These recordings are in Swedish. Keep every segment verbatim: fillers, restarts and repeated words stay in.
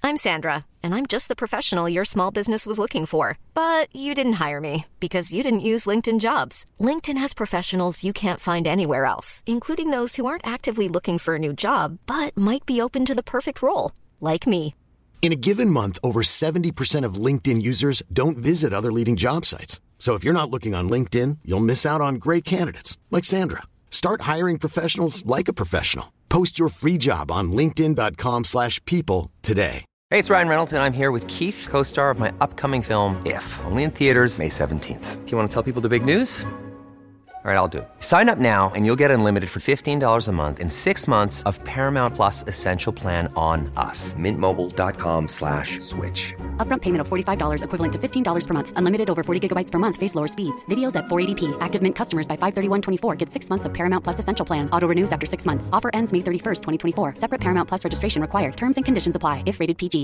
I'm Sandra, and I'm just the professional your small business was looking for. But you didn't hire me because you didn't use LinkedIn Jobs. LinkedIn has professionals you can't find anywhere else, including those who aren't actively looking for a new job, but might be open to the perfect role, like me. In a given month, over seventy percent of LinkedIn users don't visit other leading job sites. So if you're not looking on LinkedIn, you'll miss out on great candidates like Sandra. Start hiring professionals like a professional. Post your free job on linkedin dot com slash people today. Hey, it's Ryan Reynolds, and I'm here with Keith, co-star of my upcoming film, If, only in theaters May seventeenth. Do you want to tell people the big news? All right, I'll do it. Sign up now and you'll get unlimited for fifteen dollars a month and six months of Paramount Plus Essential Plan on us. Mint Mobile dot com slash switch. Upfront payment of forty-five dollars equivalent to fifteen dollars per month. Unlimited over forty gigabytes per month. Face lower speeds. Videos at four eighty p. Active Mint customers by five thirty-one twenty-four get six months of Paramount Plus Essential Plan. Auto renews after six months. Offer ends May thirty-first, twenty twenty-four. Separate Paramount Plus registration required. Terms and conditions apply if rated P G.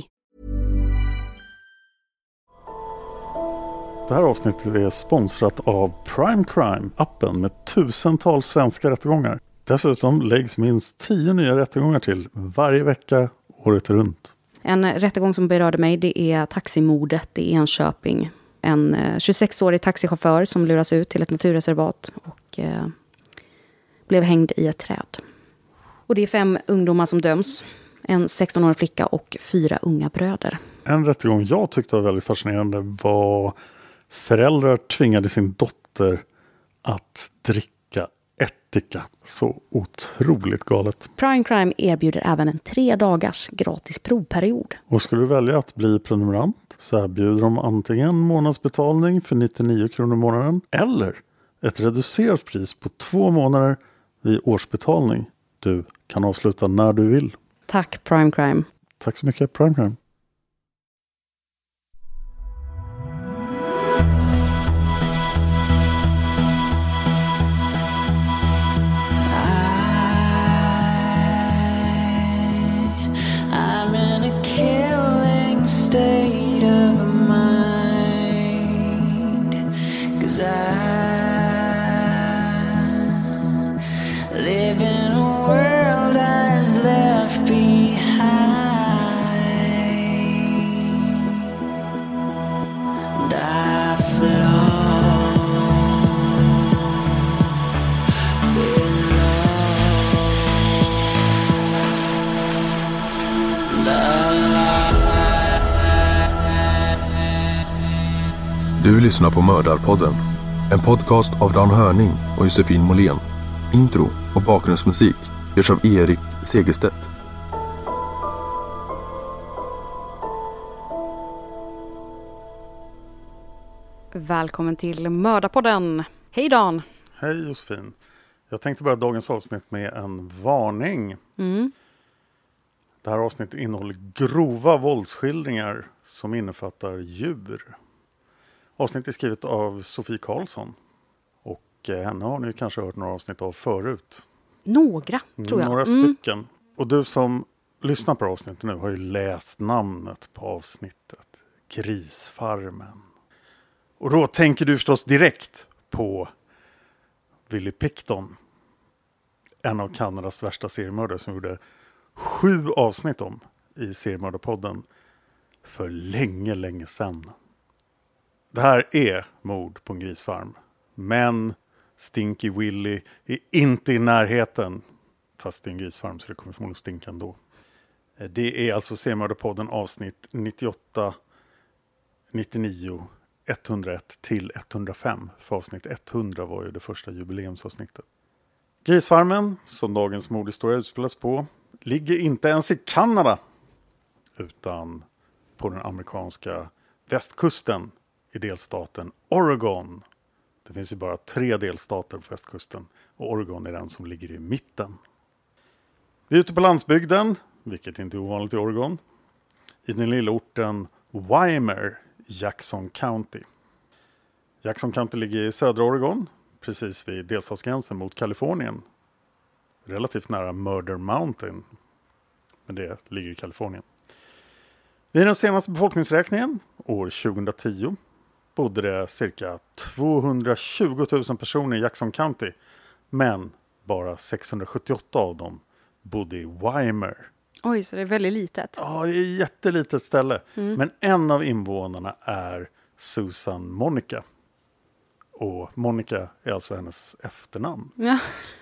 Det här avsnittet är sponsrat av Prime Crime, appen med tusentals svenska rättegångar. Dessutom läggs minst tio nya rättegångar till varje vecka, året runt. En rättegång som berörde mig, det är taximordet i Enköping. En tjugosex-årig taxichaufför som luras ut till ett naturreservat och eh, blev hängd i ett träd. Och det är fem ungdomar som döms. En sexton-årig flicka och fyra unga bröder. En rättegång jag tyckte var väldigt fascinerande var föräldrar tvingade sin dotter att dricka ättika. Så otroligt galet. Prime Crime erbjuder även en tre dagars gratis provperiod. Och skulle du välja att bli prenumerant så erbjuder de antingen månadsbetalning för nittionio kronor i månaden eller ett reducerat pris på två månader vid årsbetalning. Du kan avsluta när du vill. Tack Prime Crime. Tack så mycket Prime Crime. State of mind, 'cause I live in a world that is left behind, and I flow below the Du lyssnar på Mördarpodden, en podcast av Dan Hörning och Josefin Måhlén. Intro och bakgrundsmusik görs av Erik Segerstedt. Välkommen till Mördarpodden. Hej Dan. Hej Josefin. Jag tänkte börja dagens avsnitt med en varning. Mm. Det här avsnittet innehåller grova våldsskildringar som innefattar djur. Avsnittet är skrivet av Sofie Karlsson. Och henne har ni kanske hört några avsnitt av förut. Några, tror jag. Några mm. stycken. Och du som lyssnar på avsnittet nu har ju läst namnet på avsnittet. Grisfarmen. Och då tänker du förstås direkt på Willie Pickton. En av Kanadas värsta seriemördare som gjorde sju avsnitt om i seriemördarpodden för länge, länge sedan. Det här är mord på en grisfarm. Men Stinky Willie är inte i närheten. Fast det är en grisfarm så det kommer förmodligen stinka ändå. Det är alltså seriemördarpodden avsnitt nittioåtta, nittionio, etthundraett till etthundrafem. För avsnitt etthundra var ju det första jubileumsavsnittet. Grisfarmen, som dagens mordhistoria utspelas på, ligger inte ens i Kanada. Utan på den amerikanska västkusten i delstaten Oregon. Det finns ju bara tre delstater på västkusten. Och Oregon är den som ligger i mitten. Vi är ute på landsbygden, vilket inte är ovanligt i Oregon. I den lilla orten Wymer, Jackson County. Jackson County ligger i södra Oregon, precis vid delstatsgränsen mot Kalifornien. Relativt nära Murder Mountain, men det ligger i Kalifornien. Vid den senaste befolkningsräkningen, år tjugohundratio, bodde det cirka tvåhundratjugotusen personer i Jackson County. Men bara sexhundrasjuttioåtta av dem bodde i Wymer. Oj, så det är väldigt litet. Ja, det är ett jättelitet ställe. Mm. Men en av invånarna är Susan Monica. Och Monica är alltså hennes efternamn. Ja.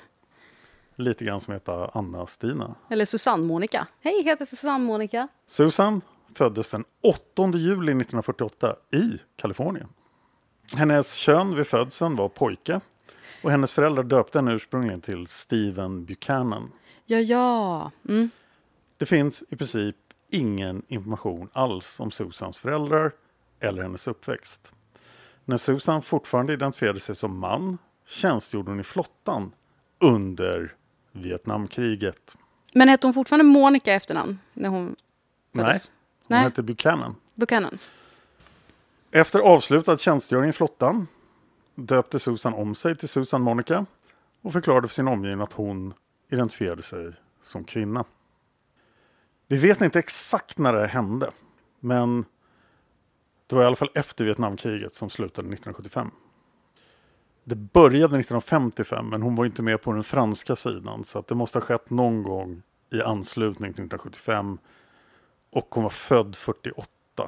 Lite grann som heter Anna-Stina. Eller Susanne Monica. Hej, heter Susanne Monica. Susan föddes den åttonde juli nittonhundrafyrtioåtta i Kalifornien. Hennes kön vid födseln var pojke. Och hennes föräldrar döpte henne ursprungligen till Stephen Buchanan. Ja, ja. Mm. Det finns i princip ingen information alls om Susans föräldrar eller hennes uppväxt. När Susan fortfarande identifierade sig som man tjänstgjorde hon i flottan under Vietnamkriget. Men hette hon fortfarande Monica efternamn när hon Nej, föddes? hon Nej, hette Buchanan. Buchanan. Efter avslutad tjänstgöring i flottan döpte Susan om sig till Susan Monica och förklarade för sin omgivning att hon identifierade sig som kvinna. Vi vet inte exakt när det hände, men det var i alla fall efter Vietnamkriget som slutade nittonhundrasjuttiofem. Det började nittonhundrafemtiofem, men hon var inte med på den franska sidan, så att det måste ha skett någon gång i anslutning till nittonhundrasjuttiofem, och hon var född fyrtioåtta.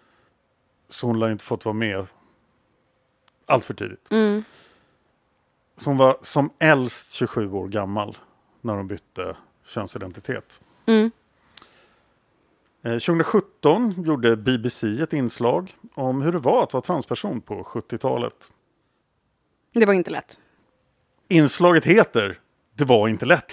Så hon lär inte fått vara med allt för tidigt. Mm. Så hon var som äldst tjugosju år gammal när hon bytte könsidentitet. Mm. Eh, tjugosjutton gjorde B B C ett inslag om hur det var att vara transperson på sjuttiotalet. Det var inte lätt. Inslaget heter Det var inte lätt.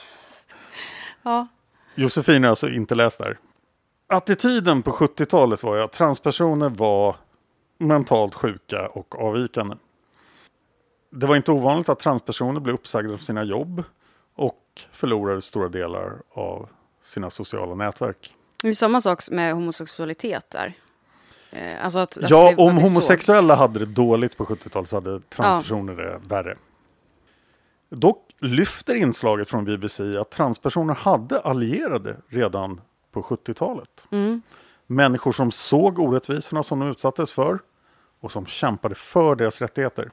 Ja. Josefin har alltså inte läst där. Attityden på sjuttiotalet var ju att transpersoner var mentalt sjuka och avvikande. Det var inte ovanligt att transpersoner blev uppsagda från sina jobb och förlorade stora delar av sina sociala nätverk. Det är samma sak med homosexualitet där. Eh, alltså att, att Ja, det- om att vi homosexuella hade det dåligt på sjuttiotalet så hade transpersoner det värre. Dock lyfter inslaget från B B C att transpersoner hade allierade redan på sjuttiotalet. Mm. Människor som såg orättvisorna som de utsattes för och som kämpade för deras rättigheter.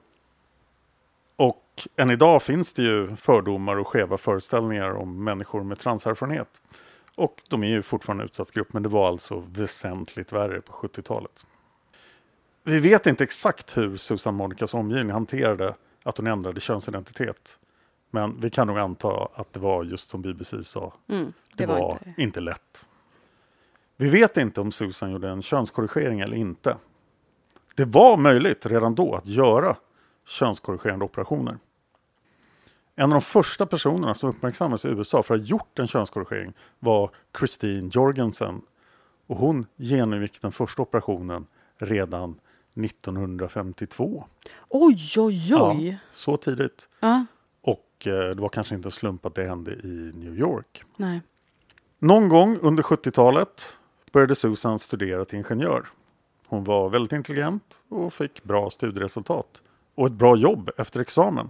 Och än idag finns det ju fördomar och skeva föreställningar om människor med transerfarenhet. Och de är ju fortfarande en utsatt grupp, men det var alltså väsentligt värre på sjuttiotalet. Vi vet inte exakt hur Susan Monicas omgivning hanterade att hon ändrade könsidentitet. Men vi kan nog anta att det var just som B B C sa. Mm, Det, det var var, inte- inte... lätt. Vi vet inte om Susan gjorde en könskorrigering eller inte. Det var möjligt redan då att göra könskorrigerande operationer. En av de första personerna som uppmärksammades i U S A för att ha gjort en könskorrigering var Christine Jorgensen. Och hon genomgick den första operationen redan nittonhundrafemtiotvå. Oj, oj, oj. Ja, så tidigt. Ja. Och eh, det var kanske inte en slump att det hände i New York. Nej. Någon gång under sjuttiotalet började Susan studera till ingenjör. Hon var väldigt intelligent och fick bra studieresultat. Och ett bra jobb efter examen.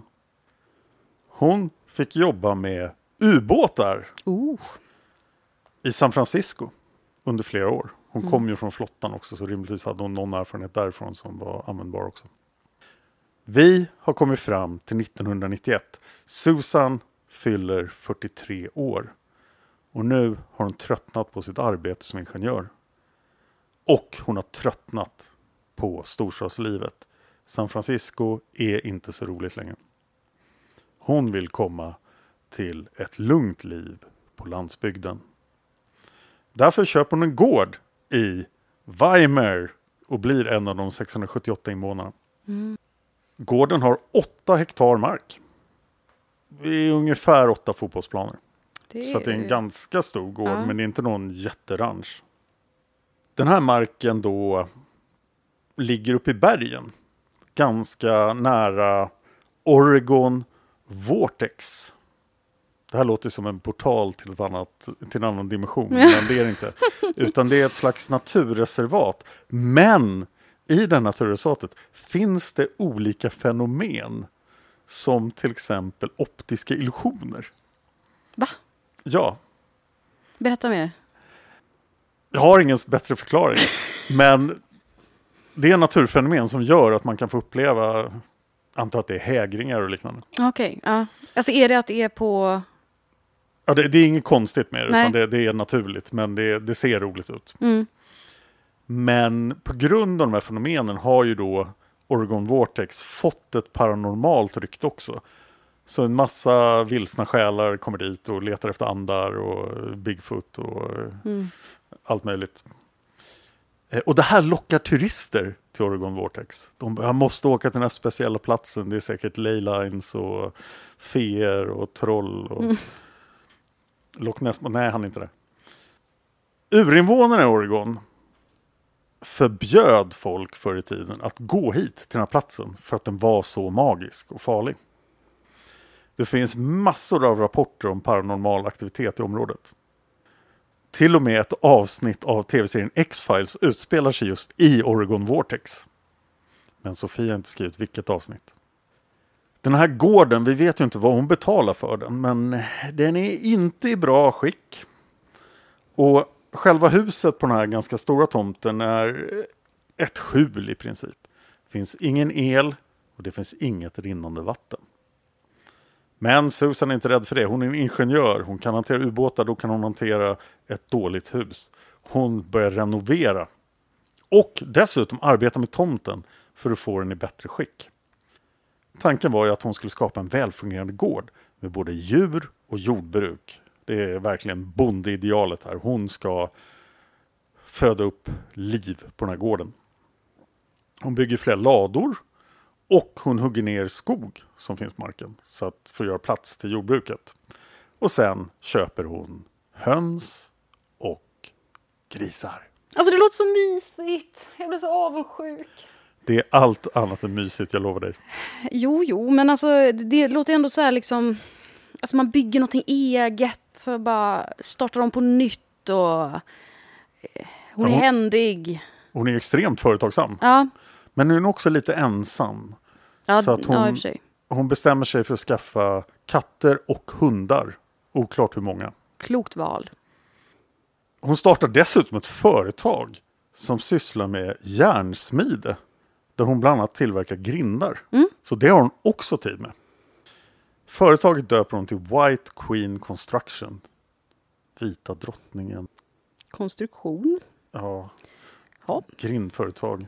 Hon fick jobba med ubåtar Oh. i San Francisco under flera år. Hon Mm. kom ju från flottan också, så rimligtvis hade hon någon erfarenhet därifrån som var användbar också. Vi har kommit fram till nittonhundranittioett. Susan fyller fyrtiotre år. Och nu har hon tröttnat på sitt arbete som ingenjör. Och hon har tröttnat på storstadslivet. San Francisco är inte så roligt längre. Hon vill komma till ett lugnt liv på landsbygden. Därför köper hon en gård i Weimar och blir en av de sexhundrasjuttioåtta invånarna. Mm. Gården har åtta hektar mark. Det är ungefär åtta fotbollsplaner. Det Så att det är en ganska stor gård, Ja. men det är inte någon jätteranch. Den här marken då ligger uppe i bergen. Ganska nära Oregon Vortex. Det här låter som en portal till, ett annat, till en annan dimension, men det är det inte. Utan det är ett slags naturreservat. Men i det naturreservatet finns det olika fenomen. Som till exempel optiska illusioner. Va? Ja, Berätta mer. jag har ingen bättre förklaring. Men det är naturfenomen som gör att man kan få uppleva, antar att det är hägringar och liknande. Okej, ja. Alltså är det att det är på... Ja, det, det är inget konstigt med det, Nej. utan det, det är naturligt, men det, det ser roligt ut. Mm. Men på grund av de här fenomenen har ju då Oregon Vortex fått ett paranormalt rykte också. Så en massa vilsna själar kommer dit och letar efter andar och Bigfoot och Mm. allt möjligt. Eh, Och det här lockar turister till Oregon Vortex. De bara, jag måste åka till den här speciella platsen. Det är säkert leylines och feer och troll. Och Mm. Loch Ness, nej han är inte det. Urinvånarna i Oregon förbjöd folk förr i tiden att gå hit till den här platsen för att den var så magisk och farlig. Det finns massor av rapporter om paranormal aktivitet i området. Till och med ett avsnitt av tv-serien X-Files utspelar sig just i Oregon Vortex. Men Sofia har inte skrivit vilket avsnitt. Den här gården, vi vet ju inte vad hon betalar för den, men den är inte i bra skick. Och själva huset på den här ganska stora tomten är ett skjul i princip. Det finns ingen el och det finns inget rinnande vatten. Men Susan är inte rädd för det. Hon är en ingenjör. Hon kan hantera ubåtar. Då kan hon hantera ett dåligt hus. Hon börjar renovera. Och dessutom arbeta med tomten för att få den i bättre skick. Tanken var ju att hon skulle skapa en välfungerande gård med både djur och jordbruk. Det är verkligen bondeidealet här. Hon ska föda upp liv på den här gården. Hon bygger fler lador. Och hon hugger ner skog som finns på marken så att få göra plats till jordbruket. Och sen köper hon höns och grisar. Alltså det låter så mysigt. Jag blir så avundsjuk. Det är allt annat än mysigt, jag lovar dig. Jo, jo, men alltså det, det låter ändå så här liksom... Alltså man bygger någonting eget. Så bara startar om på nytt och... eh, Hon är Ja, hon- händig. Hon är extremt företagsam. Ja, Men hon är också lite ensam. ja, Så att hon- ja i och för sig. Hon bestämmer sig för att skaffa katter och hundar. Oklart hur många. Klokt val. Hon startar dessutom ett företag som sysslar med järnsmide. Där hon bland annat tillverkar grindar. Mm. Så det har hon också tid med. Företaget döper hon till White Queen Construction. Vita drottningen. Konstruktion. Ja, Ja. grindföretag.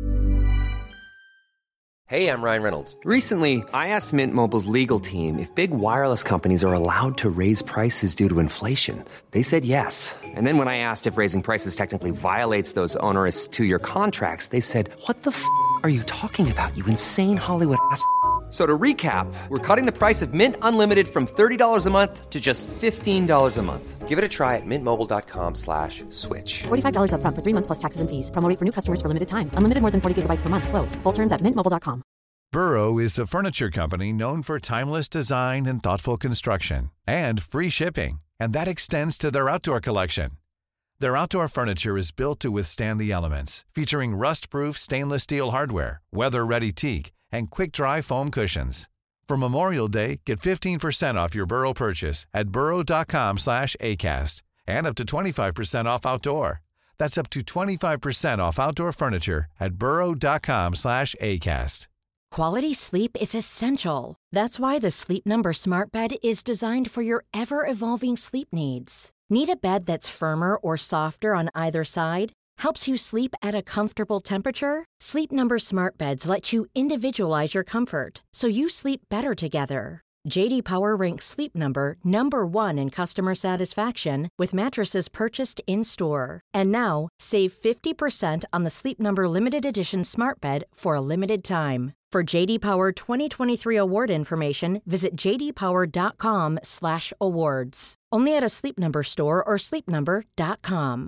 Hey, I'm Ryan Reynolds. Recently, I asked Mint Mobile's legal team if big wireless companies are allowed to raise prices due to inflation. They said yes. And then when I asked if raising prices technically violates those onerous two-year contracts, they said, "What the f*** are you talking about, you insane Hollywood ass?" So to recap, we're cutting the price of Mint Unlimited from thirty dollars a month to just fifteen dollars a month. Give it a try at mintmobile.com slash switch. forty-five dollars up front for three months plus taxes and fees. Promo rate for new customers for limited time. Unlimited more than forty gigabytes per month. Slows full terms at mint mobile dot com. Burrow is a furniture company known for timeless design and thoughtful construction, and free shipping, and that extends to their outdoor collection. Their outdoor furniture is built to withstand the elements, featuring rust-proof stainless steel hardware, weather-ready teak, and quick-dry foam cushions. For Memorial Day, get fifteen percent off your Burrow purchase at burrow.com slash ACAST and up to twenty-five percent off outdoor. That's up to twenty-five percent off outdoor furniture at burrow.com slash ACAST. Quality sleep is essential. That's why the Sleep Number Smart Bed is designed for your ever-evolving sleep needs. Need a bed that's firmer or softer on either side? Helps you sleep at a comfortable temperature? Sleep Number Smart Beds let you individualize your comfort so you sleep better together. J D Power ranks Sleep Number number one in customer satisfaction with mattresses purchased in-store. And now, save fifty percent on the Sleep Number Limited Edition Smart Bed for a limited time. For J D Power twenty twenty-three award information, visit jdpower.com slash awards. Only at a Sleep Number store or sleep number dot com.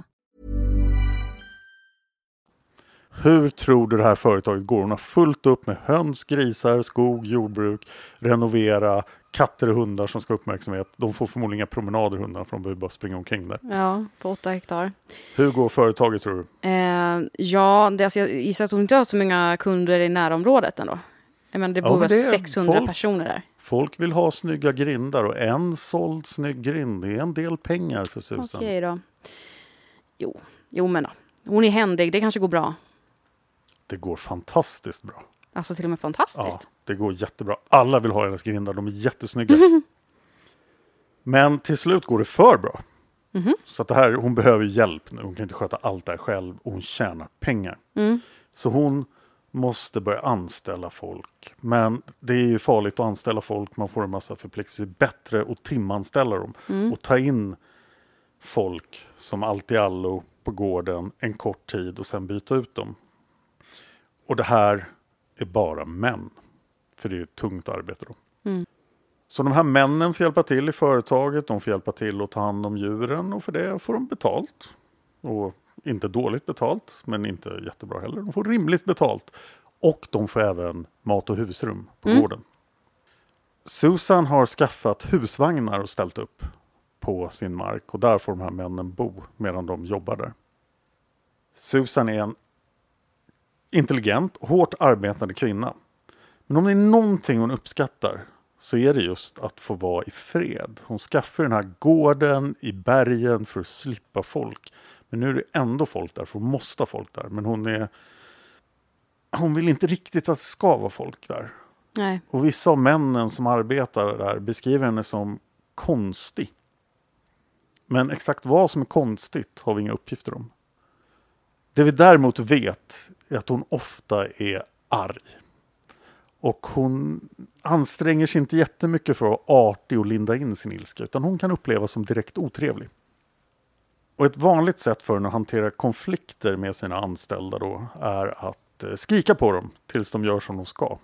Hur tror du det här företaget går? Hon har fullt upp med höns, grisar, skog, jordbruk, renovera, katter och hundar som ska ha uppmärksamhet. De får förmodligen inga promenader, hundarna, för de behöver bara springa omkring där. Ja, på åtta hektar. Hur går företaget, tror du? Eh, ja, det, alltså, jag gissar att hon inte har så många kunder i närområdet ändå. Jag menar, det Ja, bor men väl det är sexhundra folk- personer där. Folk vill ha snygga grindar och en såld snygg grind, det är en del pengar för Susan. Okej då. Jo, jo men då. Hon är händig, det kanske går bra. Det går fantastiskt bra. Alltså till och med fantastiskt. Ja, det går jättebra. Alla vill ha hennes grindar, de är jättesnygga. Men till slut går det för bra. Mm-hmm. Så att det här, hon behöver hjälp nu. Hon kan inte sköta allt det här själv. Och hon tjänar pengar. Mm. Så hon måste börja anställa folk. Men det är ju farligt att anställa folk. Man får en massa förpliktelser. Bättre att timanställa dem. Mm. Och ta in folk som allt i allo på gården en kort tid. Och sen byta ut dem. Och det här är bara män. För det är ju ett tungt arbete då. Mm. Så de här männen får hjälpa till i företaget. De får hjälpa till att ta hand om djuren. Och för det får de betalt. Och inte dåligt betalt. Men inte jättebra heller. De får rimligt betalt. Och de får även mat och husrum på Mm. gården. Susan har skaffat husvagnar och ställt upp på sin mark. Och där får de här männen bo medan de jobbar där. Susan är en intelligent, hårt arbetande kvinna. Men om det är någonting hon uppskattar så är det just att få vara i fred. Hon skaffar den här gården i bergen för att slippa folk. Men nu är det ändå folk där, för hon måste ha folk där. Men hon är hon vill inte riktigt att det ska vara folk där. Nej. Och vissa av männen som arbetar där beskriver henne som konstig. Men exakt vad som är konstigt har vi inga uppgifter om. Det vi däremot vet är att hon ofta är arg. Och hon anstränger sig inte jättemycket för att vara artig och linda in sin ilska. Utan hon kan upplevas som direkt otrevlig. Och ett vanligt sätt för henne att hantera konflikter med sina anställda då är att skrika på dem tills de gör som de ska.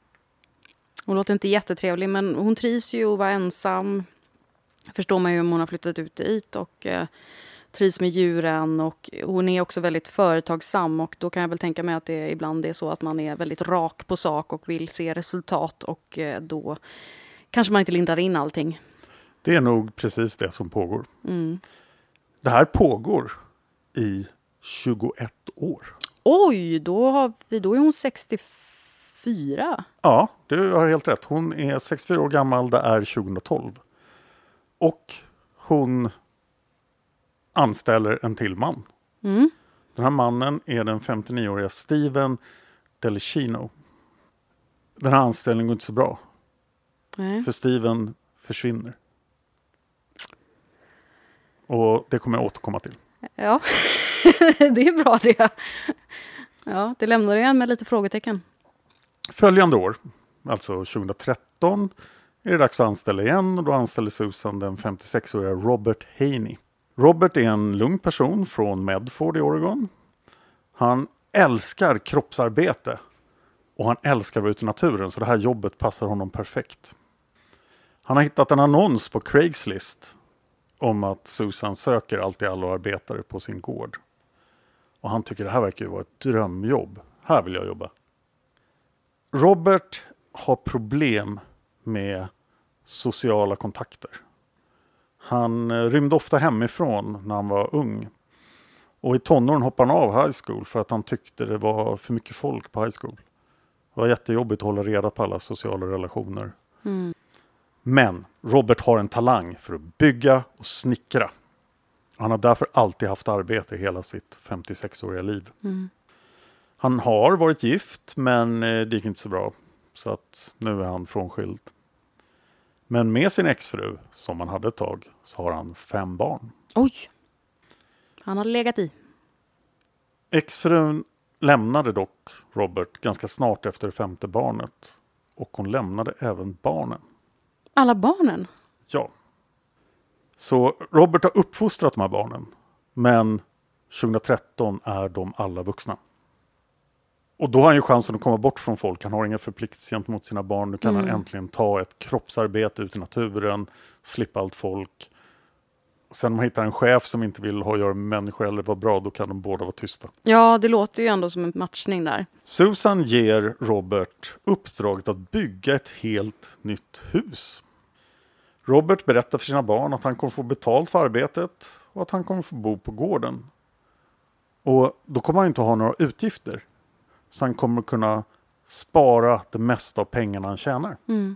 Hon låter inte jättetrevlig, men hon trivs ju att vara ensam. Förstår man ju om hon har flyttat ut dit och eh, trivs med djuren. Och hon är också väldigt företagsam, och då kan jag väl tänka mig att det ibland är så att man är väldigt rak på sak och vill se resultat, och eh, då kanske man inte lindar in allting. Det är nog precis det som pågår. Mm. Det här pågår i tjugoett år. Oj, då, har vi, då är hon sextiofyra. Ja, du har helt rätt. Hon är sextiofyra år gammal, det är tjugohundratolv. Och hon anställer en till man. Mm. Den här mannen är den femtionioåriga Steven Delicino. Den här anställningen går inte så bra. Nej. För Steven försvinner. Och det kommer jag återkomma till. Ja, det är bra det. Ja, det lämnar ju en med lite frågetecken. Följande år, alltså tjugohundratretton, är det dags att anställa igen. Och då anställer Susan den femtiosexåriga Robert Haney. Robert är en lugn person från Medford i Oregon. Han älskar kroppsarbete. Och han älskar att vara ute i naturen, så det här jobbet passar honom perfekt. Han har hittat en annons på Craigslist om att Susan söker allt i allo arbetare på sin gård. Och han tycker det här verkar ju vara ett drömjobb. Här vill jag jobba. Robert har problem med sociala kontakter. Han rymde ofta hemifrån när han var ung. Och i tonåren hoppade han av high school för att han tyckte det var för mycket folk på high school. Det var jättejobbigt att hålla reda på alla sociala relationer. Mm. Men Robert har en talang för att bygga och snickra. Han har därför alltid haft arbete i hela sitt femtiosexåriga liv. Mm. Han har varit gift, men det gick inte så bra. Så att nu är han frånskild. Men med sin exfru, som han hade ett tag, så har han fem barn. Oj! Han har legat i. Exfrun lämnade dock Robert ganska snart efter det femte barnet. Och hon lämnade även barnen. Alla barnen? Ja. Så Robert har uppfostrat de här barnen. Men tjugohundratretton är de alla vuxna. Och då har han ju chansen att komma bort från folk. Han har inga förpliktelser gentemot sina barn. Nu kan mm. han äntligen ta ett kroppsarbete ut i naturen. Slippa allt folk. Sen om man hittar en chef som inte vill ha att göra med människor eller vara bra, då kan de båda vara tysta. Ja, det låter ju ändå som en matchning där. Susan ger Robert uppdraget att bygga ett helt nytt hus. Robert berättar för sina barn att han kommer få betalt för arbetet och att han kommer få bo på gården. Och då kommer han inte ha några utgifter. Så han kommer kunna spara det mesta av pengarna han tjänar. Mm.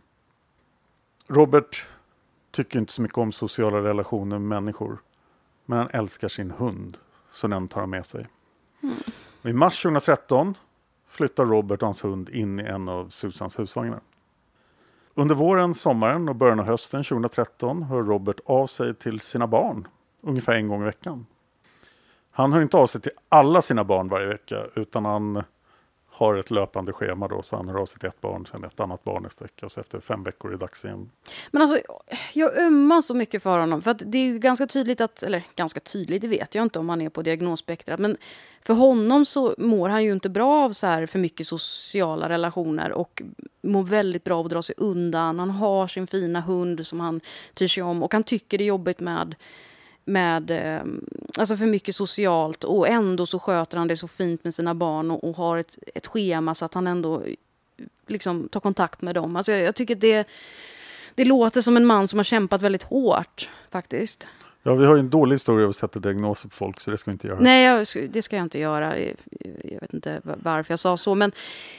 Robert tycker inte så mycket om sociala relationer med människor. Men han älskar sin hund, så den tar han med sig. Mm. I mars tjugohundratretton flyttar Robert och hans hund in i en av Susans husvagnar. Under våren, sommaren och början av hösten tjugohundratretton hör Robert av sig till sina barn ungefär en gång i veckan. Han hör inte av sig till alla sina barn varje vecka, utan han har ett löpande schema då, så han hör av sig till ett barn, sen ett annat barn nästa vecka, och så efter fem veckor är det dags igen. Men alltså, jag ömmar så mycket för honom, för att det är ju ganska tydligt att, eller ganska tydligt, det vet jag inte om han är på diagnosspektrat, men för honom så mår han ju inte bra av så här för mycket sociala relationer och mår väldigt bra av att dra sig undan. Han har sin fina hund som han tyr sig om, och han tycker det är jobbigt med med eh, alltså för mycket socialt, och ändå så sköter han det så fint med sina barn och, och har ett, ett schema så att han ändå liksom tar kontakt med dem. Alltså jag, jag tycker det, det låter som en man som har kämpat väldigt hårt faktiskt. Ja, vi har ju en dålig historia av att sätta diagnoser på folk, så det ska vi inte göra. Nej, jag, det ska jag inte göra. Jag, jag vet inte varför jag sa så, men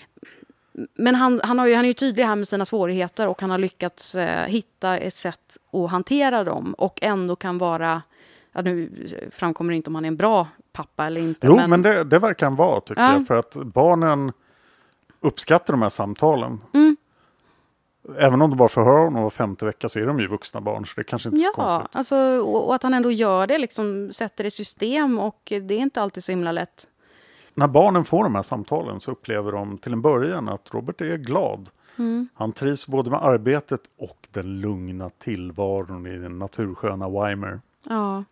Men han, han, har ju, han är ju tydlig här med sina svårigheter, och han har lyckats eh, hitta ett sätt att hantera dem och ändå kan vara, ja, nu framkommer inte om han är en bra pappa eller inte. Jo, men, men det, det verkar han vara, tycker ja. jag, för att barnen uppskattar de här samtalen. Mm. Även om de bara förhör honom var femte vecka, så är de ju vuxna barn, så det kanske inte är ja, så konstigt. Alltså, och, och att han ändå gör det, liksom sätter det i system, och det är inte alltid så himla lätt. När barnen får de här samtalen så upplever de till en början att Robert är glad. Mm. Han trivs både med arbetet och den lugna tillvaron i den natursköna Weimar. Ja.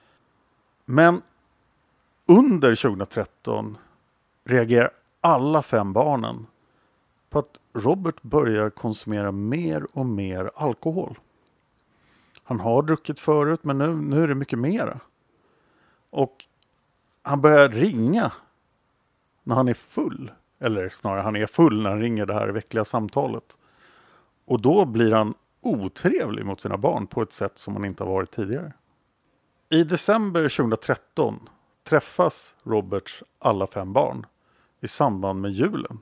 Men under tjugohundratretton reagerar alla fem barnen på att Robert börjar konsumera mer och mer alkohol. Han har druckit förut, men nu, nu är det mycket mera. Och han börjar ringa när han är full. Eller snarare, han är full när han ringer det här veckliga samtalet. Och då blir han otrevlig mot sina barn på ett sätt som han inte har varit tidigare. I december tjugohundratretton träffas Roberts alla fem barn i samband med julen.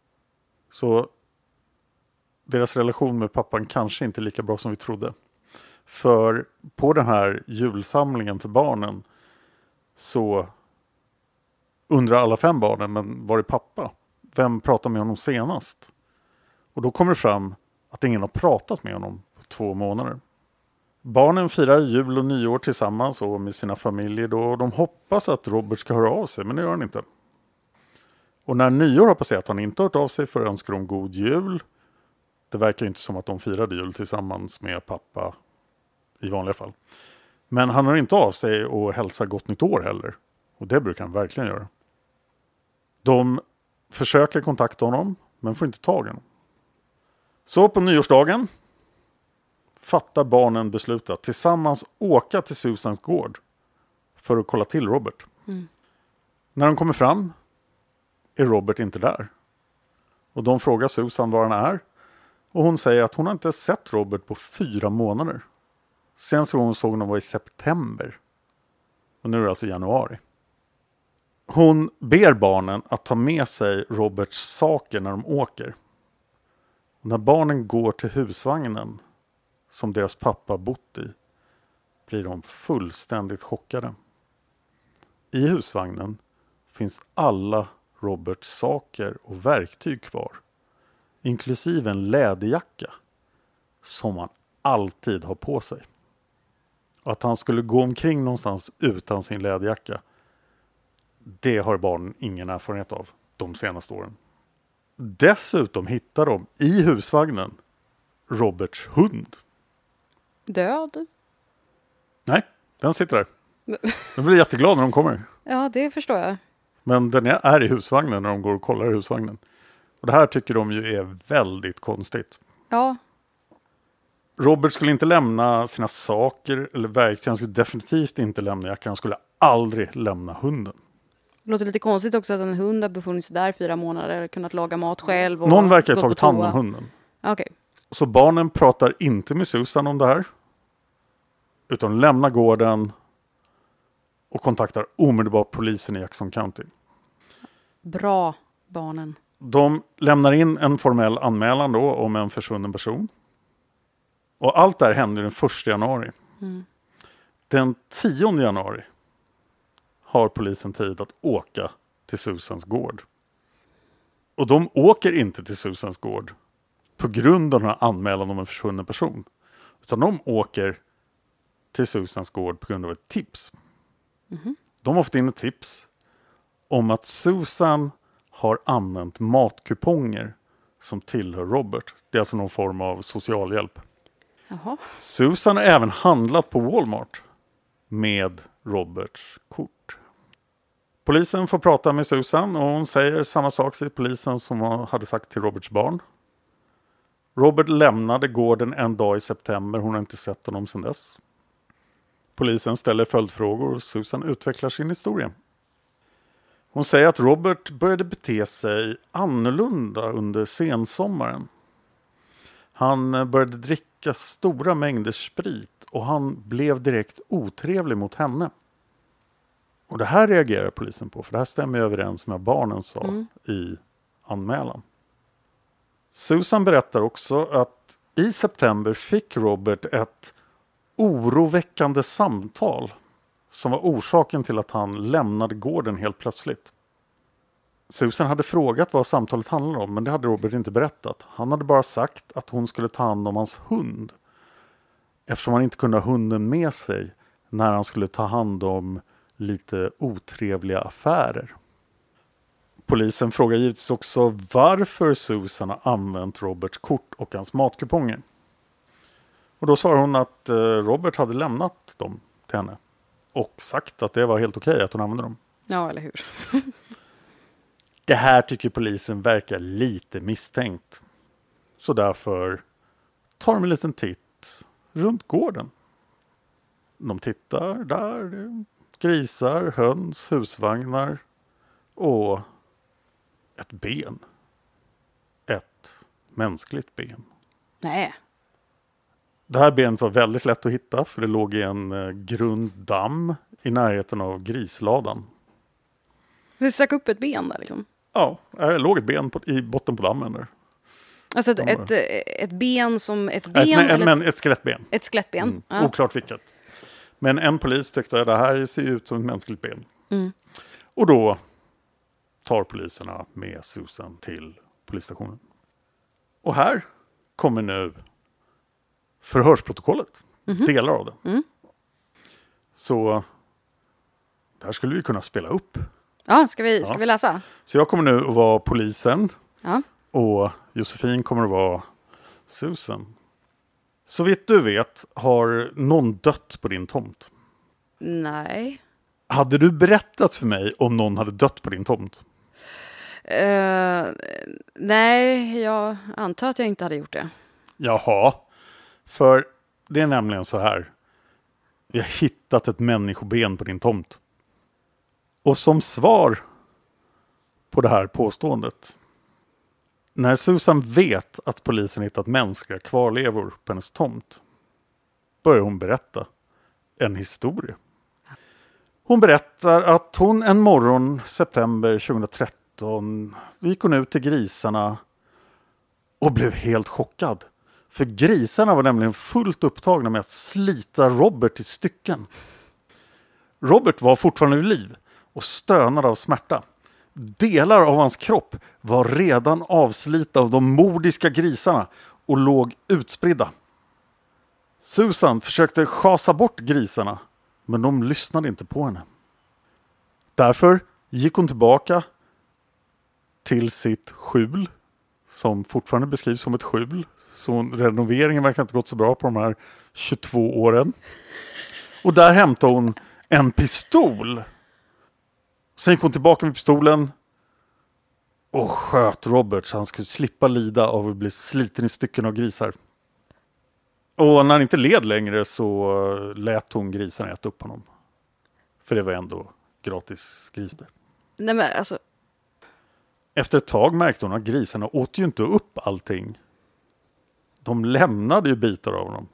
Så deras relation med pappan kanske inte är lika bra som vi trodde. För på den här julsamlingen för barnen så undrar alla fem barnen, men var är pappa? Vem pratar med honom senast? Och då kommer det fram att ingen har pratat med honom på två månader. Barnen firar jul och nyår tillsammans och med sina familjer då. Och de hoppas att Robert ska höra av sig, men det gör han inte. Och när nyår har passerat, han inte hört av sig för att önska dem god jul. Det verkar inte som att de firade jul tillsammans med pappa i vanliga fall. Men han hör inte av sig och hälsar gott nytt år heller. Och det brukar han verkligen göra. De försöker kontakta honom, men får inte tag i honom. Så på nyårsdagen fattar barnen beslutet att tillsammans åka till Susans gård för att kolla till Robert. Mm. När de kommer fram är Robert inte där. Och de frågar Susan var han är. Och hon säger att hon har inte sett Robert på fyra månader. Senaste gången såg hon var i september. Och nu är det alltså januari. Hon ber barnen att ta med sig Roberts saker när de åker. Och när barnen går till husvagnen som deras pappa bott i blir de fullständigt chockade. I husvagnen finns alla Roberts saker och verktyg kvar. Inklusive en läderjacka som han alltid har på sig. Och att han skulle gå omkring någonstans utan sin läderjacka, det har barnen ingen erfarenhet av de senaste åren. Dessutom hittar de i husvagnen Roberts hund. Död? Nej, den sitter där. Den blir jätteglad när de kommer. Ja, det förstår jag. Men den är i husvagnen när de går och kollar i husvagnen. Och det här tycker de ju är väldigt konstigt. Ja. Robert skulle inte lämna sina saker eller verktyg. Han skulle definitivt inte lämna jackan. Han skulle aldrig lämna hunden. Det låter lite konstigt också att en hund har befunnit sig där fyra månader, kunnat laga mat själv. Och någon verkar ha gått tagit på hand om toa. hunden. Okej. Så barnen pratar inte med Susan om det här. Utan lämnar gården och kontaktar omedelbart polisen i Jackson County. Bra, barnen. De lämnar in en formell anmälan då om en försvunnen person. Och allt det här händer den första januari. Mm. Den tionde januari har polisen tid att åka till Susans gård. Och de åker inte till Susans gård på grund av den här anmälan om en försvunnen person. Utan de åker till Susans gård på grund av ett tips. Mm-hmm. De har fått in ett tips om att Susan har använt matkuponger som tillhör Robert. Det är alltså någon form av socialhjälp. Jaha. Susan har även handlat på Walmart med Roberts kort. Polisen får prata med Susan och hon säger samma sak till polisen som hon hade sagt till Roberts barn. Robert lämnade gården en dag i september. Hon har inte sett honom sedan dess. Polisen ställer följdfrågor och Susan utvecklar sin historia. Hon säger att Robert började bete sig annorlunda under sensommaren. Han började dricka stora mängder sprit och han blev direkt otrevlig mot henne. Och det här reagerar polisen på, för det här stämmer överens med vad barnen sa mm. i anmälan. Susan berättar också att i september fick Robert ett oroväckande samtal som var orsaken till att han lämnade gården helt plötsligt. Susan hade frågat vad samtalet handlade om, men det hade Robert inte berättat. Han hade bara sagt att hon skulle ta hand om hans hund, eftersom han inte kunde ha hunden med sig när han skulle ta hand om lite otrevliga affärer. Polisen frågar givetvis också varför Susan har använt Roberts kort och hans matkuponger. Och då svarar hon att Robert hade lämnat dem till henne och sagt att det var helt okej att hon använde dem. Ja, eller hur? Det här tycker polisen verkar lite misstänkt. Så därför tar de en liten titt runt gården. De tittar där, grisar, höns, husvagnar och ett ben. Ett mänskligt ben. Nej. Det här benet var väldigt lätt att hitta, för det låg i en grund damm i närheten av grisladan. Så det stack upp ett ben där liksom? Ja, det låg ett ben på, i botten på dammen där. Alltså ett, ett, ett ben som ett ben? Ett, eller men, ett skelettben. Ett skelettben? Mm, ja. Oklart vilket. Men en polis tyckte att det här ser ut som ett mänskligt ben. Mm. Och då tar poliserna med Susan till polisstationen. Och här kommer nu förhörsprotokollet. Mm-hmm. Delar av det. Mm. Så det här skulle vi kunna spela upp. Ja, ska vi, ska ja. vi läsa? Så jag kommer nu att vara polisen. Ja. Och Josefin kommer att vara Susan. Så vitt du vet, har någon dött på din tomt? Nej. Hade du berättat för mig om någon hade dött på din tomt? Uh, nej, jag antar att jag inte hade gjort det. Jaha, för det är nämligen så här. Vi har hittat ett människoben på din tomt. Och som svar på det här påståendet, när Susan vet att polisen hittat mänskliga kvarlevor på hennes tomt, börjar hon berätta en historia. Hon berättar att hon en morgon september tjugohundratretton gick hon ut till grisarna och blev helt chockad. För grisarna var nämligen fullt upptagna med att slita Robert i stycken. Robert var fortfarande vid liv och stönade av smärta. Delar av hans kropp var redan avslita av de mordiska grisarna och låg utspridda. Susan försökte schasa bort grisarna, men de lyssnade inte på henne. Därför gick hon tillbaka till sitt skjul, som fortfarande beskrivs som ett skjul. Så renoveringen verkar inte gått så bra på de här tjugotvå åren. Och där hämtade hon en pistol. Sen gick hon tillbaka med pistolen och sköt Robert så han skulle slippa lida av att bli sliten i stycken av grisar. Och när han inte led längre så lät hon grisarna äta upp honom. För det var ändå gratis grisar. Nej men alltså... Efter ett tag märkte hon att grisarna åt ju inte upp allting. De lämnade ju bitar av honom.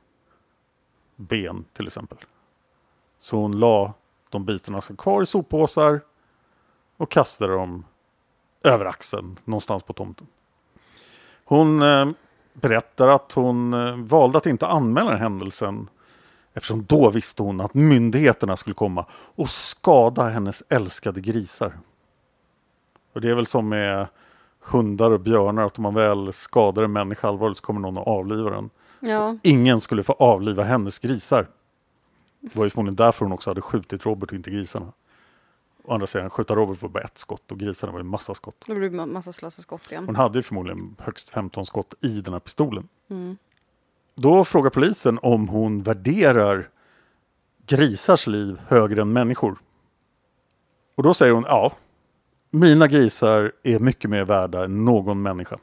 Ben till exempel. Så hon la de bitarna som kvar i soppåsar och kastade dem över axeln någonstans på tomten. Hon eh, berättar att hon eh, valde att inte anmäla händelsen eftersom då visste hon att myndigheterna skulle komma och skada hennes älskade grisar. Och det är väl som med hundar och björnar att om man väl skadar en människa allvarligt så kommer någon att avliva den. Ja. Ingen skulle få avliva hennes grisar. Det var ju förmodligen därför hon också hade skjutit Robert och inte grisarna. Å andra sidan, skjuta Robert var bara ett skott och grisarna var ju massa skott. Det blev massa slösa skott igen. Hon hade ju förmodligen högst femton skott i den här pistolen. Mm. Då frågar polisen om hon värderar grisars liv högre än människor. Och då säger hon, ja, mina grisar är mycket mer värda än någon människa.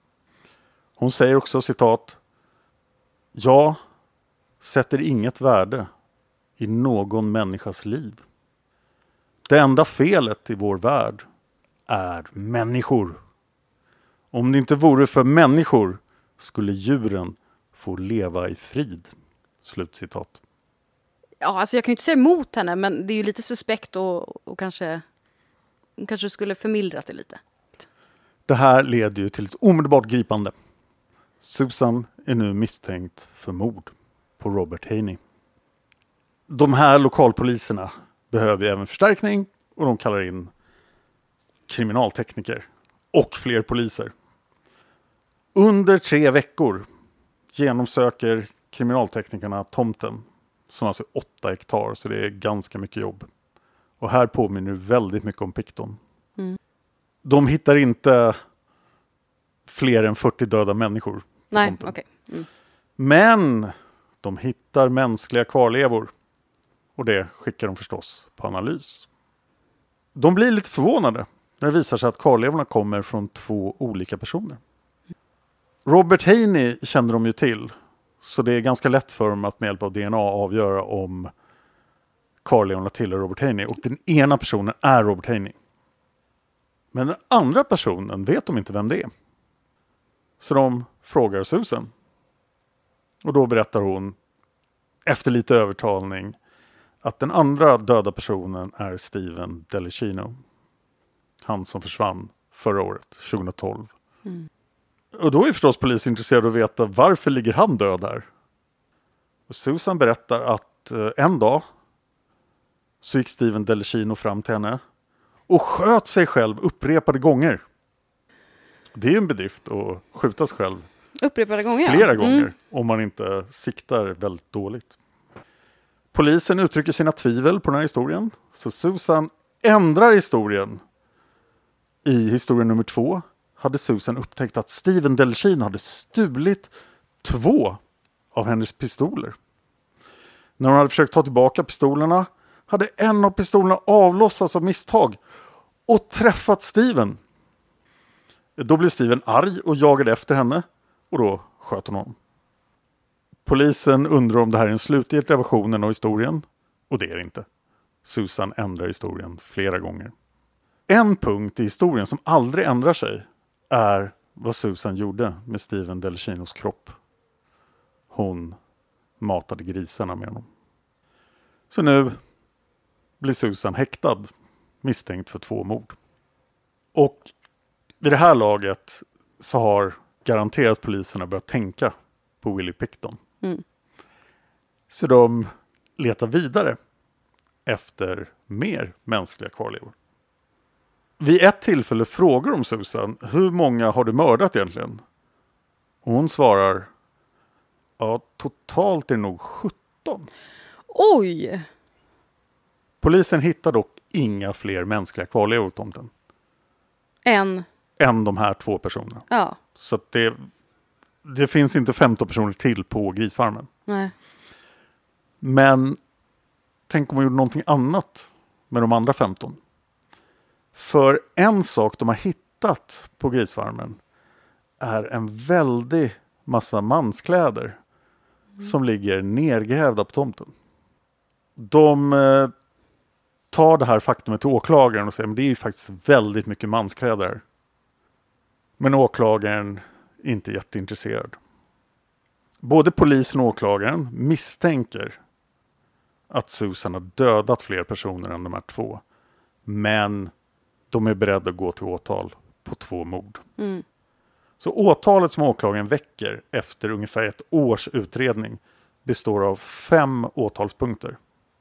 Hon säger också, citat, jag sätter inget värde i någon människas liv. Det enda felet i vår värld är människor. Om det inte vore för människor skulle djuren få leva i frid. Slutcitat. Ja, alltså jag kan ju inte säga emot henne, men det är ju lite suspekt och, och kanske, kanske skulle förmildrat det lite. Det här leder ju till ett omedelbart gripande. Susan är nu misstänkt för mord på Robert Haney. De här lokalpoliserna behöver även förstärkning och de kallar in kriminaltekniker och fler poliser. Under tre veckor genomsöker kriminalteknikerna tomten som alltså är åtta hektar, så det är ganska mycket jobb. Och här påminner det väldigt mycket om Picton. Mm. De hittar inte fler än fyrtio döda människor på Nej, tomten. okej. Okay. Mm. Men de hittar mänskliga kvarlevor. Och det skickar de förstås på analys. De blir lite förvånade när det visar sig att kvarlevorna kommer från två olika personer. Robert Haney kände de ju till. Så det är ganska lätt för dem att med hjälp av D N A avgöra om kvarlevorna tillhör Robert Haney. Och den ena personen är Robert Haney. Men den andra personen vet de inte vem det är. Så de frågar Susan. Och då berättar hon efter lite övertalning att den andra döda personen är Steven Delicino. Han som försvann förra året, tjugohundratolv. Mm. Och då är förstås polisen intresserad av att veta varför ligger han död där. Och Susan berättar att eh, en dag så gick Steven Delicino fram till henne och sköt sig själv upprepade gånger. Det är ju en bedrift att skjuta sig själv upprepade gånger, flera ja. gånger Mm. om man inte siktar väldigt dåligt. Polisen uttrycker sina tvivel på den här historien. Så Susan ändrar historien. I historien nummer två hade Susan upptäckt att Steven Delicino hade stulit två av hennes pistoler. När hon hade försökt ta tillbaka pistolerna hade en av pistolerna avlossats av misstag och träffat Steven. Då blev Steven arg och jagade efter henne och då sköt hon honom. Polisen undrar om det här är en slutgiltig versionen av historien. Och det är det inte. Susan ändrar historien flera gånger. En punkt i historien som aldrig ändrar sig är vad Susan gjorde med Steven Delicinos kropp. Hon matade grisarna med honom. Så nu blir Susan häktad, misstänkt för två mord. Och vid det här laget så har garanterat poliserna börjat tänka på Willie Picton. Mm. Så de letar vidare efter mer mänskliga kvarlevor. Vid ett tillfälle frågar de Susan, hur många har du mördat egentligen? Och hon svarar, ja, totalt är det nog sjutton. Oj! Polisen hittar dock inga fler mänskliga kvarlevor på tomten. En. Än de här två personerna. Ja. Så att det, det finns inte femton personer till på grisfarmen. Nej. Men tänk om man gjorde någonting annat med de andra femton. För en sak de har hittat på grisfarmen är en väldig massa manskläder mm. som ligger nergrävda på tomten. De eh, tar det här faktumet till åklagaren och säger att det är ju faktiskt väldigt mycket manskläder här. Men åklagaren är inte jätteintresserad. Både polisen och åklagaren misstänker att Susan har dödat fler personer än de här två. Men de är beredda att gå till åtal på två mord. Mm. Så åtalet som åklagaren väcker efter ungefär ett års utredning består av fem åtalspunkter.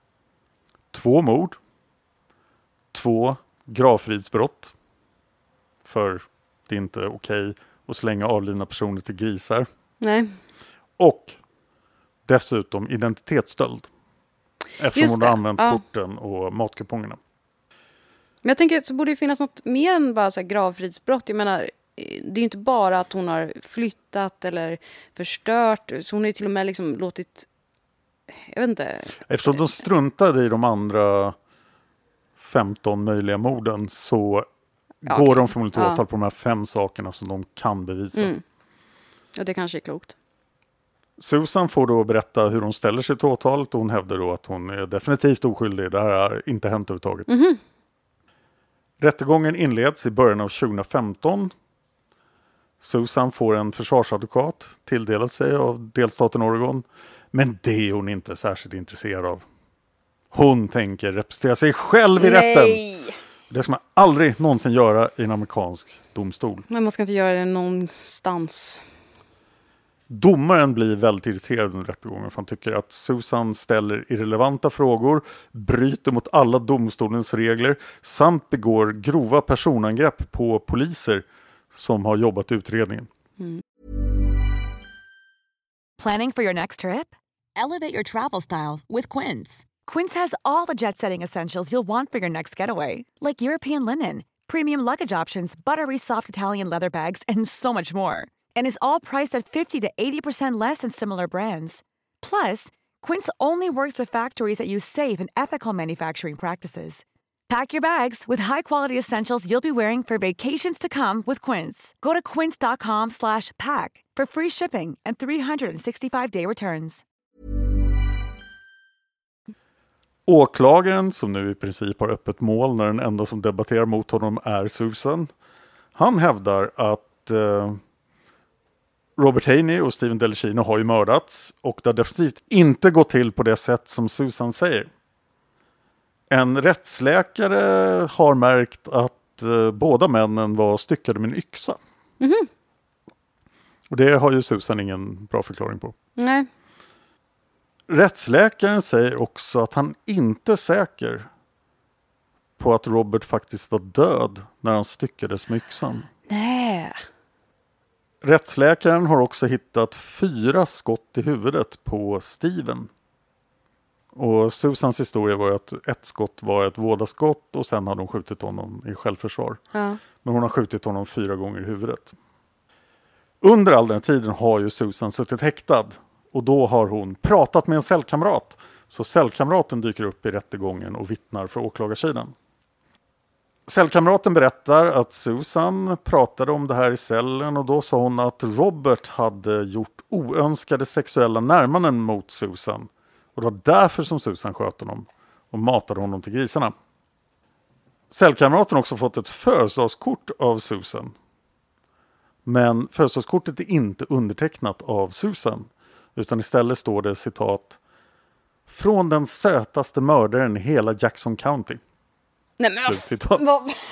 Två mord. Två gravfridsbrott för det är inte okej att slänga avlidna personer till grisar. Nej. Och dessutom identitetsstöld. Eftersom Just hon det, har använt ja. korten och matkupongerna. Men jag tänker att så borde det finnas något mer än bara så här gravfridsbrott. Jag menar, det är ju inte bara att hon har flyttat eller förstört. Så hon har ju till och med liksom låtit... Jag vet inte. Eftersom de struntade i de andra femton möjliga morden så Ja, går okej. de förmodligen Ja. åtal på de här fem sakerna som de kan bevisa. Mm. Och det kanske är klokt. Susan får då berätta hur hon ställer sig till åtalet och hon hävdar då att hon är definitivt oskyldig. Det här har inte hänt överhuvudtaget. Mm-hmm. Rättegången inleds i början av tjugohundrafemton. Susan får en försvarsadvokat tilldelad sig av delstaten Oregon. Men det är hon inte särskilt intresserad av. Hon tänker representera sig själv i Nej. rätten. Det ska man aldrig någonsin göra i en amerikansk domstol. Men man ska inte göra det någonstans. Domaren blir väldigt irriterad under rättegången för han tycker att Susan ställer irrelevanta frågor, bryter mot alla domstolens regler samt begår grova personangrepp på poliser som har jobbat i utredningen. Mm. Planning for your next trip? Elevate your travel style with Quince. Quince has all the jet-setting essentials you'll want for your next getaway, like European linen, premium luggage options, buttery soft Italian leather bags, and so much more. And is all priced at fifty to eighty percent less than similar brands. Plus, Quince only works with factories that use safe and ethical manufacturing practices. Pack your bags with high-quality essentials you'll be wearing for vacations to come with Quince. Go to quince.com slash pack for free shipping and three sixty-five day returns. Åklagaren, som nu i princip har öppet mål när den enda som debatterar mot honom är Susan, han hävdar att eh, Robert Haney och Steven Delcino har ju mördats och det har definitivt inte gått till på det sätt som Susan säger. En rättsläkare har märkt att eh, båda männen var styckade med en yxa. Mm-hmm. Och det har ju Susan ingen bra förklaring på. Nej. Rättsläkaren säger också att han inte är säker på att Robert faktiskt var död när han styckades med yxan. Nej. Rättsläkaren har också hittat fyra skott i huvudet på Steven. Och Susans historia var att ett skott var ett vådaskott och sen hade hon skjutit honom i självförsvar. Ja. Men hon har skjutit honom fyra gånger i huvudet. Under all den tiden har ju Susan suttit häktad. Och då har hon pratat med en cellkamrat. Så cellkamraten dyker upp i rättegången och vittnar för åklagarsidan. Cellkamraten berättar att Susan pratade om det här i cellen. Och då sa hon att Robert hade gjort oönskade sexuella närmanden mot Susan. Och det var därför som Susan sköt honom och matade honom till grisarna. Cellkamraten har också fått ett födelsedagskort av Susan. Men födelsedagskortet är inte undertecknat av Susan. Utan istället står det citat: från den sötaste mördaren i hela Jackson County. Nej men Slutcitat. vad... Nej!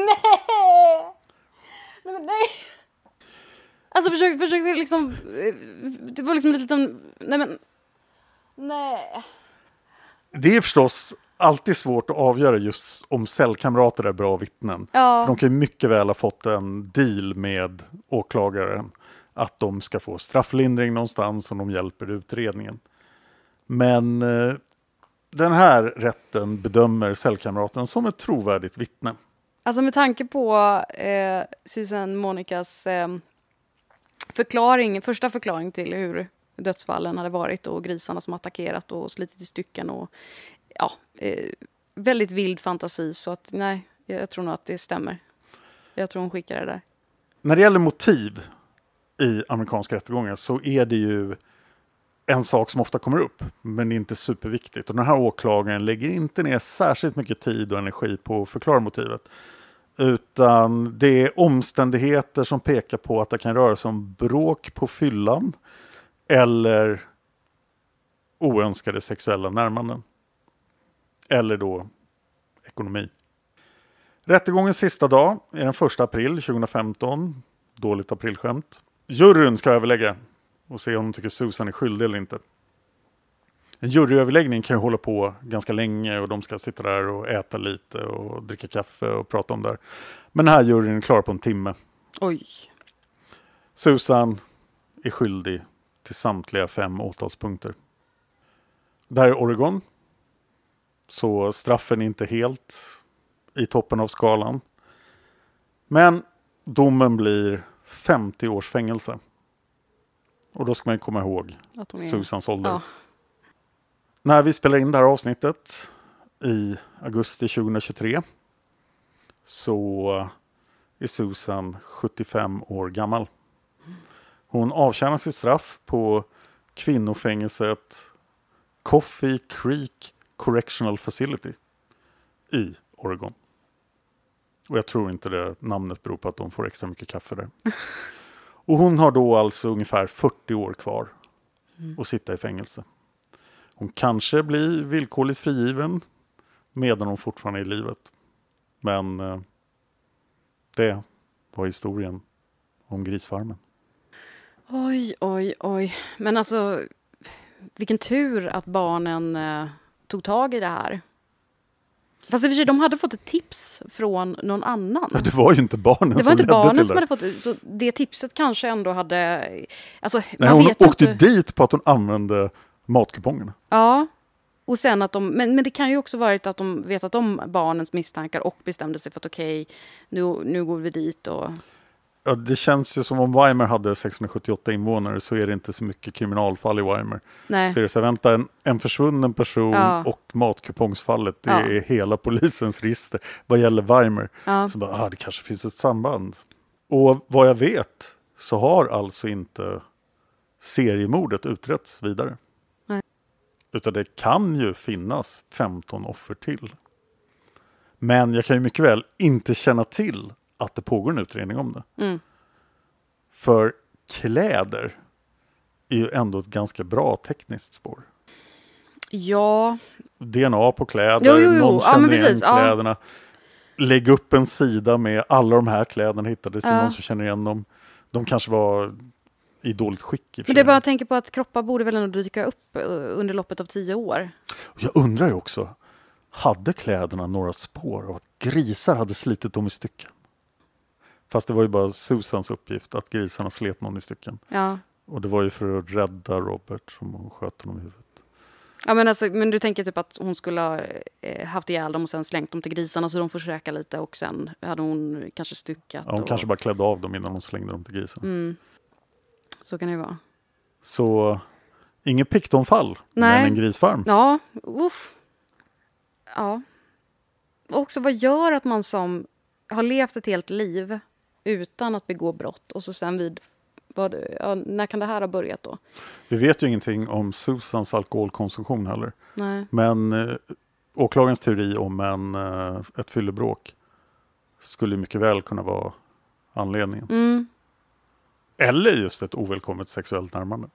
Nej men nej! Alltså försök, försök liksom... Det var liksom lite... Nej men... Nej. Det är förstås alltid svårt att avgöra just om cellkamrater är bra vittnen. Ja. För de kan ju mycket väl ha fått en deal med åklagaren. Att de ska få strafflindring någonstans om de hjälper utredningen. Men eh, den här rätten bedömer cellkamraten som ett trovärdigt vittne. Alltså med tanke på eh, Susan Monicas eh, förklaring, första förklaring till hur dödsfallen hade varit och grisarna som attackerat och slitit i stycken och ja, eh, väldigt vild fantasi, så att nej, jag tror nog att det stämmer. Jag tror hon skickar det där. När det gäller motiv i amerikanska rättegångar så är det ju en sak som ofta kommer upp, men det är inte superviktigt. Och den här åklagaren lägger inte ner särskilt mycket tid och energi på att förklara motivet. Utan det är omständigheter som pekar på att det kan röra sig om bråk på fyllan eller oönskade sexuella närmanden. Eller då ekonomi. Rättegångens sista dag är den första april tjugohundrafemton. Dåligt aprilskämt. Juryn ska överlägga och se om de tycker Susan är skyldig eller inte. En juryöverläggning kan ju hålla på ganska länge och de ska sitta där och äta lite och dricka kaffe och prata om det här. Men den här juryn är klar på en timme. Oj. Susan är skyldig till samtliga fem åtalspunkter. Det här är Oregon. Så straffen är inte helt i toppen av skalan. Men domen blir femtio års fängelse. Och då ska man komma ihåg att hon är... Susans ålder. Ja. När vi spelar in det här avsnittet i augusti tjugohundratjugotre så är Susan sjuttiofem år gammal. Hon avtjänar sitt straff på kvinnofängelset Coffee Creek Correctional Facility i Oregon. Och jag tror inte det namnet beror på att de får extra mycket kaffe där. Och hon har då alltså ungefär fyrtio år kvar mm. att sitta i fängelse. Hon kanske blir villkorligt frigiven medan hon fortfarande är i livet. Men eh, det var historien om grisfarmen. Oj, oj, oj. Men alltså, vilken tur att barnen eh, tog tag i det här. Fast i och för sig, de hade fått ett tips från någon annan. Ja, det var ju inte barnen det var som inte ledde barnen till som det. hade fått det. Så det tipset kanske ändå hade... Alltså, Nej, man hon vet åkte inte... dit på att hon använde matkupongerna. Ja, och sen att de... Men, men det kan ju också varit att de vetat om barnens misstankar och bestämde sig för att okej, okay, nu, nu går vi dit och... Ja, det känns ju som om Weimar hade sexhundrasjuttioåtta invånare så är det inte så mycket kriminalfall i Weimar. Nej. Så är det så här, vänta, en, en försvunnen person ja. och matkupongsfallet, det ja. är hela polisens register. Vad gäller Weimar ja. så bara, ah, det kanske finns ett samband. Och vad jag vet så har alltså inte seriemordet utretts vidare. Nej. Utan det kan ju finnas femton offer till. Men jag kan ju mycket väl inte känna till att det pågår en utredning om det. Mm. För kläder är ju ändå ett ganska bra tekniskt spår. Ja. D N A på kläder, jo, jo, jo. någon känner ja, igen precis. kläderna. Ja. Lägg upp en sida med alla de här kläderna hittades ja. någon som känner igen dem. De kanske var i dåligt skick. I Men det är bara att tänka på att kroppar borde väl ändå dyka upp under loppet av tio år. Jag undrar ju också, hade kläderna några spår av att grisar hade slitit dem i stycken? Fast det var ju bara Susans uppgift att grisarna slet någon i stycken. Ja. Och det var ju för att rädda Robert som hon sköt honom i huvudet. Ja, men, alltså, men du tänker typ att hon skulle ha eh, haft ihjäl dem och sen slängt dem till grisarna så de får käka lite och sen hade hon kanske styckat. Ja, hon och... kanske bara klädde av dem innan hon slängde dem till grisarna. Mm. Så kan det ju vara. Så inget piktonfall, men en grisfarm. Ja, uff. Ja. Och också vad gör att man som har levt ett helt liv utan att begå brott och så sen vid vad, ja, när kan det här ha börjat då? Vi vet ju ingenting om Susans alkoholkonsumtion heller. Nej. Men eh, åklagarens teori om en, eh, ett fyllebråk skulle mycket väl kunna vara anledningen. Mm. Eller just ett ovälkommet sexuellt närmande.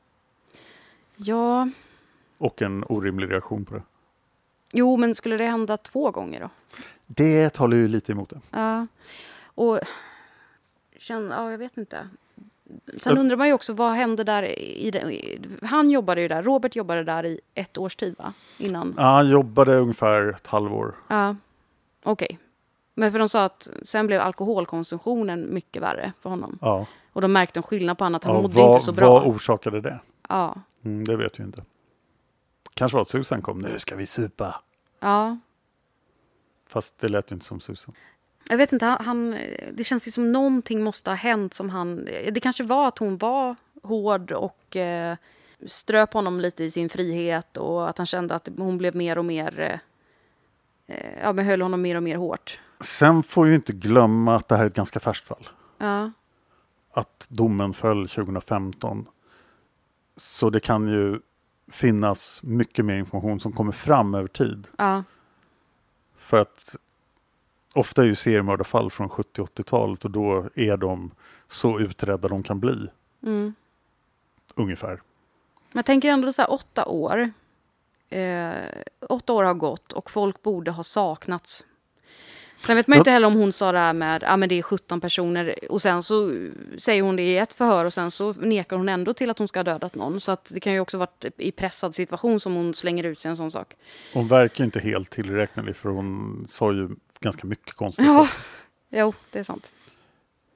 Ja. Och en orimlig reaktion på det. Jo, men skulle det hända två gånger då? Det talar ju lite emot det. Ja. Och känn, ja, jag vet inte. Sen undrar man ju också, vad hände där i det? Han jobbade ju där, Robert jobbade där i ett års tid, va? Innan. Ja, han jobbade ungefär ett halvår. Ja, okej. Okay. Men för de sa att sen blev alkoholkonsumtionen mycket värre för honom. Ja. Och de märkte en skillnad på annat, han ja, mådde vad, inte så bra. Vad orsakade det? Ja. Mm, det vet vi inte. Kanske var att Susan kom, nu ska vi supa. Ja. Fast det lät ju inte som Susan. Jag vet inte, han, det känns ju som någonting måste ha hänt som han... Det kanske var att hon var hård och eh, ströp honom lite i sin frihet och att han kände att hon blev mer och mer... Eh, ja, men höll honom mer och mer hårt. Sen får ju inte glömma att det här är ett ganska färskt fall. Ja. Att domen föll tjugohundrafemton. Så det kan ju finnas mycket mer information som kommer fram över tid. Ja. För att ofta är ju seriemördarfall från sjuttio- och åttiotalet och då är de så utredda de kan bli. Mm. Ungefär. Men jag tänker ändå så här åtta år. Eh, åtta år har gått och folk borde ha saknats. Sen vet man ju inte heller om hon sa det här med att ah, det är sjutton personer och sen så säger hon det i ett förhör och sen så nekar hon ändå till att hon ska ha dödat någon. Så att det kan ju också varit i pressad situation som hon slänger ut sig en sån sak. Hon verkar inte helt tillräknelig för hon sa ju ganska mycket konstigt. Ja, jo, det är sant.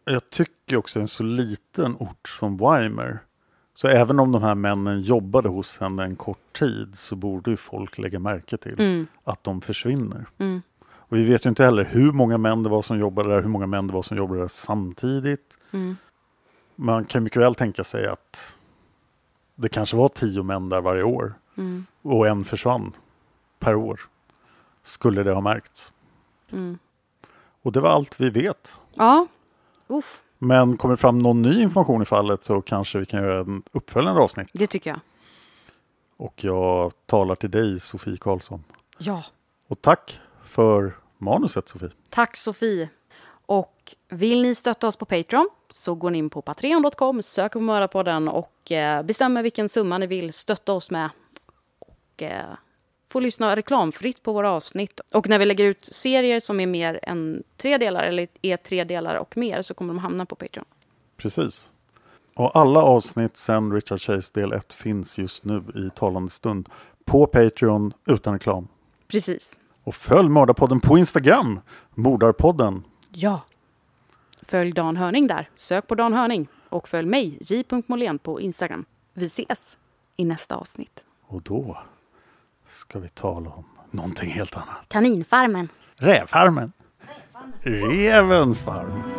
Jag tycker också en så liten ort som Weimar. Så även om de här männen jobbade hos henne en kort tid så borde ju folk lägga märke till mm. att de försvinner. Mm. Och vi vet ju inte heller hur många män det var som jobbade där, hur många män det var som jobbade där samtidigt. Mm. Man kan mycket väl tänka sig att det kanske var tio män där varje år. Mm. Och en försvann per år. Skulle det ha märkts. Mm. Och det var allt vi vet. Ja. Uff. Men kommer det fram någon ny information i fallet så kanske vi kan göra en uppföljande avsnitt. Det tycker jag. Och jag talar till dig, Sofie Karlsson. Ja. Och tack för manuset, Sofie. Tack, Sofie. Och vill ni stötta oss på Patreon så går ni in på patreon dot com, söker på Mördarpodden och bestämmer vilken summa ni vill stötta oss med. Och får lyssna reklamfritt på våra avsnitt. Och när vi lägger ut serier som är mer än tre delar eller är tre delar och mer så kommer de hamna på Patreon. Precis. Och alla avsnitt sen Richard Chase del ett finns just nu i talande stund på Patreon utan reklam. Precis. Och följ Mördarpodden på Instagram, Mordarpodden. Ja. Följ Dan Hörning där. Sök på Dan Hörning. Och följ mig, j punkt molén på Instagram. Vi ses i nästa avsnitt. Och då ska vi tala om någonting helt annat. Kaninfarmen. Rävfarmen. Rävfarmen. Revens farm.